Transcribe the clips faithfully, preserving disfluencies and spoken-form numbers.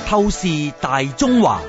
透視大中華。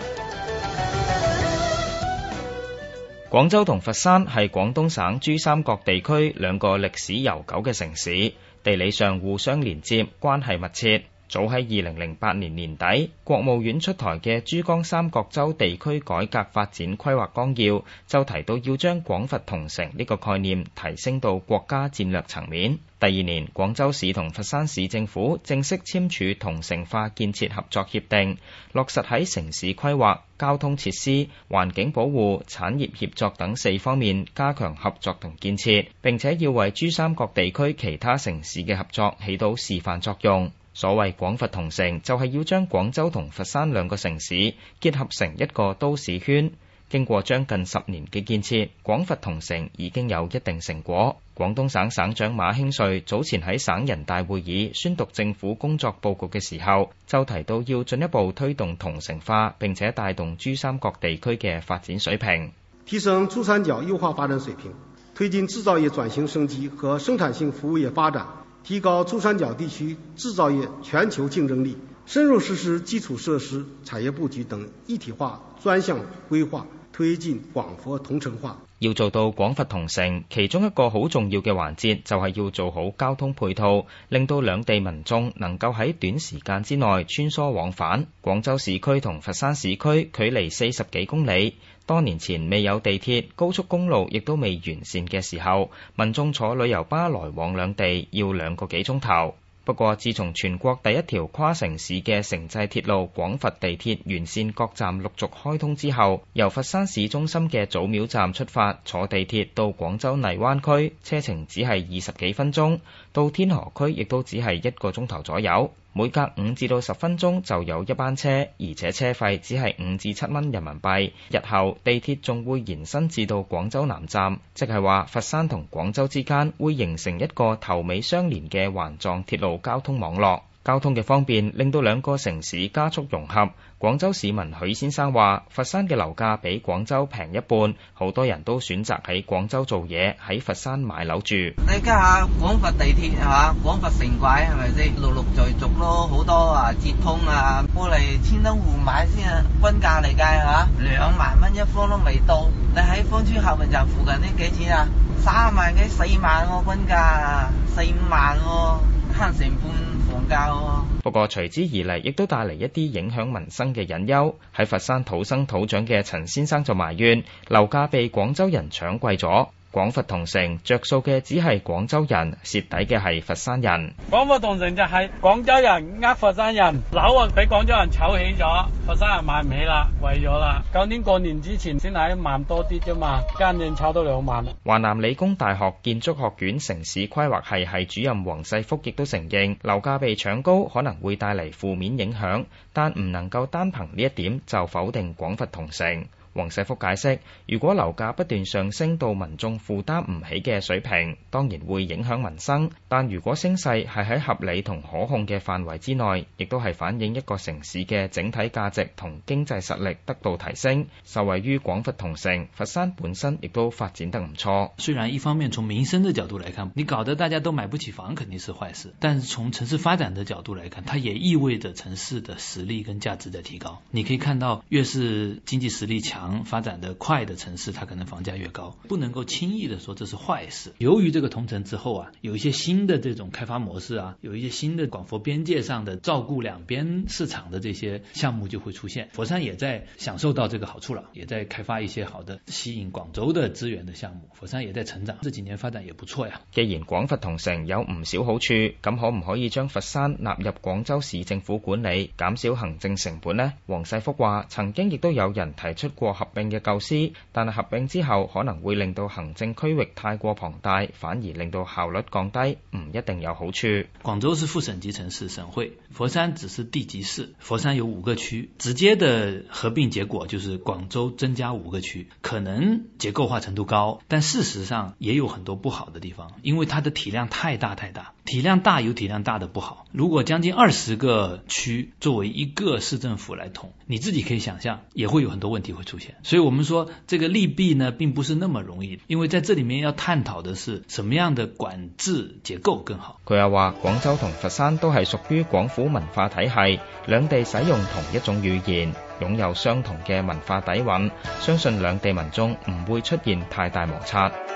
廣州同佛山係廣東省珠三角地區兩個歷史悠久嘅城市，地理上互相連接，關係密切。早喺二零零八年年底，國務院出台嘅珠江三角洲地區改革發展規劃綱要就提到要將廣佛同城呢個概念提升到國家戰略層面。第二年，廣州市同佛山市政府正式簽署同城化建設合作協定，落實喺城市規劃、交通設施、環境保護、產業協作等四方面加強合作同建設，並且要為珠三角地區其他城市嘅合作起到示範作用。所謂廣佛同城，就係要將廣州同佛山兩個城市結合成一個都市圈。經過將近十年嘅建設，廣佛同城已經有一定成果。廣東省省長馬興瑞早前喺省人大會議宣讀政府工作報告嘅時候，就提到要進一步推動同城化，並且帶動珠三角地區嘅發展水平， 提升珠三角優化發展水平，推進製造業轉型升級和生產性服務業發展，提高珠三角地區製造業全球競爭力，深入實施基礎設施、產業佈局等一體化專項規劃，推進廣佛同城化。 要做到廣佛同城，其中一個好重要嘅環節就係要做好交通配套，令到兩地民眾能夠喺短時間之內穿梭往返。廣州市區同佛山市區距離四十幾公里，多年前未有地鐵、高速公路亦都未完善嘅時候，民眾坐旅遊巴來往兩地要兩個幾鐘頭。不過自從全國第一條跨城市嘅城際鐵路廣佛地鐵沿線各站陸續開通之後，由佛山市中心嘅祖廟站出發，坐地鐵到廣州荔灣區，車程只係二十幾分鐘，到天河區亦都只係一個鐘頭左右。每隔五至到十分鐘就有一班車，而且車費只係五至七蚊人民幣。日後地鐵仲會延伸至到廣州南站，即係話佛山同廣州之間會形成一個頭尾相連嘅環狀鐵路交通網絡。交通嘅方便令到兩個城市加速融合。廣州市民許先生話，佛山嘅樓價比廣州平一半，好多人都選擇喺廣州做嘢，喺佛山買樓住。 你家下廣佛地鐵係嘛，廣佛城軌係咪先？陸陸續續咯，好多啊接通啊，過嚟千燈湖買先啊，均價嚟計嚇，兩萬蚊一方都未到。你喺芳村後面站附近呢幾錢啊？三萬幾四萬喎，均價四五萬喎，慳成半。 不過隨之而嚟亦都帶嚟一啲影響民生嘅隱憂。喺佛山土生土長嘅陳先生就埋怨樓價被廣州人搶貴咗。廣佛同城着數嘅只係廣州人，蝕底嘅係佛山人。 廣佛同城就係廣州人呃佛山人，樓啊俾廣州人炒起咗，佛山人買唔起啦，貴咗啦。舊年過年之前先係一萬多啲啫嘛，今年炒到兩萬。 華南理工大學建築學院城市規劃系系主任黃世福亦都承認，樓價被搶高可能會帶嚟負面影響，但唔能夠單憑呢一點就否定廣佛同城。黃世福解釋，如果樓價不斷上升到民眾負擔唔起嘅水平，當然會影響民生，但如果升勢係喺合理同可控嘅範圍之內，亦都係反映一個城市嘅整體價值同經濟實力得到提升。受惠於廣佛同城，佛山本身亦都發展得唔錯。 雖然一方面從民生的角度來看，你搞得大家都買不起房肯定是壞事，但是從城市發展的角度來看，它也意味着城市的實力跟價值在提高。你可以看到，越是經濟實力強發展得快的城市，它可能房價越高，不能夠輕易的說這是壞事。由於這個同城之後啊，有一些新的這種開發模式啊，有一些新的廣佛邊界上的照顧兩邊市場的這些項目就會出現。佛山也在享受到這個好處了，也在開發一些好的吸引廣州的資源的項目。佛山也在成長，這幾年發展也不錯呀。 既然廣佛同城有唔少好處，咁可唔可以將佛山納入廣州市政府管理，減少行政成本呢？黃世福話，曾經亦都有人提出過合併嘅構思，但係合併之後可能會令到行政區域太過龐大，反而令到效率降低，唔一定有好處。 廣州是副省級城市省會，佛山只是地級市。佛山有五個區，直接的合併結果就是廣州增加五個區，可能結構化程度高，但事實上也有很多不好的地方，因為它的體量太大太大。 體量大有體量大的不好，如果將近二十個區作為一個市政府來統，你自己可以想象也會有很多問題會出現。所以我們說這個利弊呢並不是那麼容易，因為在這裡面要探討的是什麼樣的管制結構更好。 佢又話廣州同佛山都係屬於廣府文化體系，兩地使用同一種語言，擁有相同嘅文化底蘊，相信兩地民眾唔會出現太大摩擦。